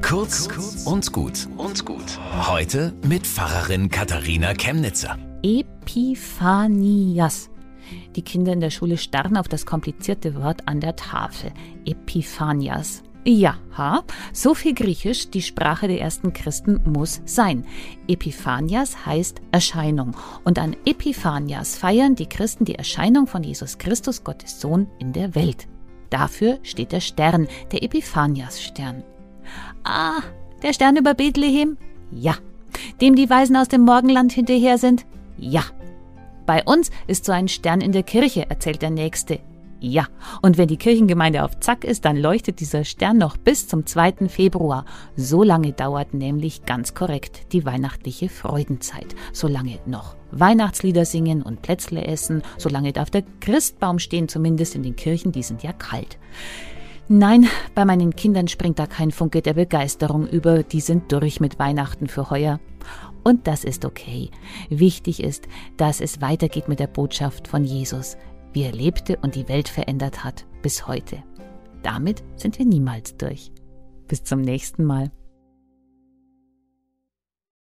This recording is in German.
Kurz und gut. Heute mit Pfarrerin Katharina Chemnitzer. Epiphanias. Die Kinder in der Schule starren auf das komplizierte Wort an der Tafel. Epiphanias. Ja, so viel Griechisch, die Sprache der ersten Christen muss sein. Epiphanias heißt Erscheinung. Und an Epiphanias feiern die Christen die Erscheinung von Jesus Christus, Gottes Sohn, in der Welt. Dafür steht der Stern, der Epiphanias-Stern. Ah, der Stern über Bethlehem? Ja. Dem die Weisen aus dem Morgenland hinterher sind? Ja. Bei uns ist so ein Stern in der Kirche, erzählt der Nächste. Ja. Und wenn die Kirchengemeinde auf Zack ist, dann leuchtet dieser Stern noch bis zum 2. Februar. So lange dauert nämlich ganz korrekt die weihnachtliche Freudenzeit. So lange noch Weihnachtslieder singen und Plätzle essen. So lange darf der Christbaum stehen, zumindest in den Kirchen, die sind ja kalt. Nein, bei meinen Kindern springt da kein Funke der Begeisterung über. Die sind durch mit Weihnachten für heuer. Und das ist okay. Wichtig ist, dass es weitergeht mit der Botschaft von Jesus, wie er lebte und die Welt verändert hat bis heute. Damit sind wir niemals durch. Bis zum nächsten Mal.